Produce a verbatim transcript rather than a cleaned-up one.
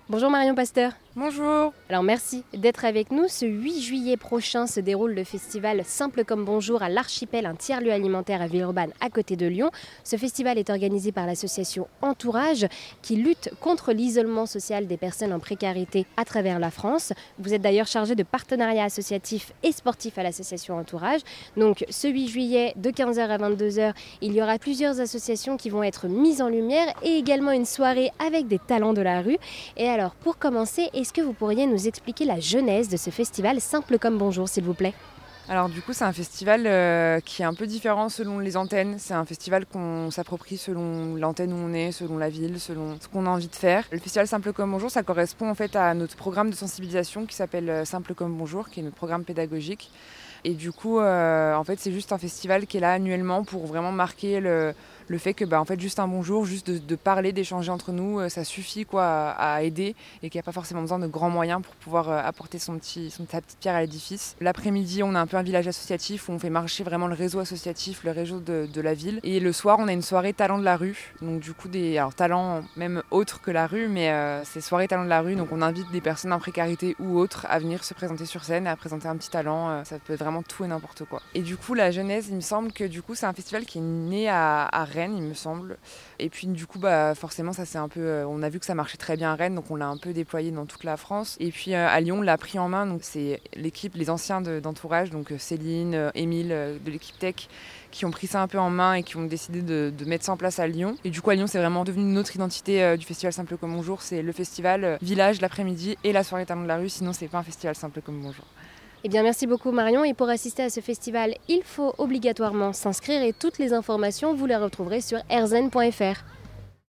Bonjour Marion Pasteur. Bonjour. Alors merci d'être avec nous. Ce huit juillet prochain se déroule le festival Simple comme Bonjour à l'Archipel, un tiers-lieu alimentaire à Villeurbanne à côté de Lyon. Ce festival est organisé par l'association Entourage qui lutte contre l'isolement social des personnes en précarité à travers la France. Vous êtes d'ailleurs chargé de partenariat associatif et sportif à l'association Entourage. Donc ce huit juillet de quinze heures à vingt-deux heures, il y aura plusieurs associations qui vont être mises en lumière et également une soirée avec des talents de la rue. Et alors pour commencer, est-ce que vous pourriez nous expliquer la genèse de ce festival Simple comme Bonjour, s'il vous plaît ? Alors du coup c'est un festival euh, qui est un peu différent selon les antennes. C'est un festival qu'on s'approprie selon l'antenne où on est, selon la ville, selon ce qu'on a envie de faire. Le festival Simple comme Bonjour, ça correspond en fait à notre programme de sensibilisation qui s'appelle Simple comme Bonjour, qui est notre programme pédagogique. Et du coup, euh, en fait, c'est juste un festival qui est là annuellement pour vraiment marquer le, le fait que, bah, en fait, juste un bonjour, juste de, de parler, d'échanger entre nous, euh, ça suffit quoi, à, à aider et qu'il n'y a pas forcément besoin de grands moyens pour pouvoir euh, apporter son petit, son, sa petite pierre à l'édifice. L'après-midi, on a un peu un village associatif où on fait marcher vraiment le réseau associatif, le réseau de, de la ville. Et le soir, on a une soirée talents de la rue. Donc du coup, des alors, talents même autres que la rue, mais euh, c'est soirée talents de la rue. Donc on invite des personnes en précarité ou autres à venir se présenter sur scène, à présenter un petit talent. Euh, ça peut être vraiment tout et n'importe quoi. Et du coup, la genèse, il me semble que du coup, c'est un festival qui est né à, à Rennes, il me semble. Et puis du coup, bah, forcément, ça c'est un peu, euh, on a vu que ça marchait très bien à Rennes, donc on l'a un peu déployé dans toute la France. Et puis euh, à Lyon, on l'a pris en main. Donc c'est l'équipe, les anciens de, d'Entourage, donc euh, Céline, euh, Émile euh, de l'équipe Tech, qui ont pris ça un peu en main et qui ont décidé de, de mettre ça en place à Lyon. Et du coup, à Lyon, c'est vraiment devenu une autre identité euh, du festival Simple comme Bonjour. C'est le festival euh, village l'après-midi et la soirée talent de la rue. Sinon, c'est pas un festival Simple comme Bonjour. Eh bien, merci beaucoup Marion. Et pour assister à ce festival, il faut obligatoirement s'inscrire et toutes les informations, vous les retrouverez sur erzen point f r.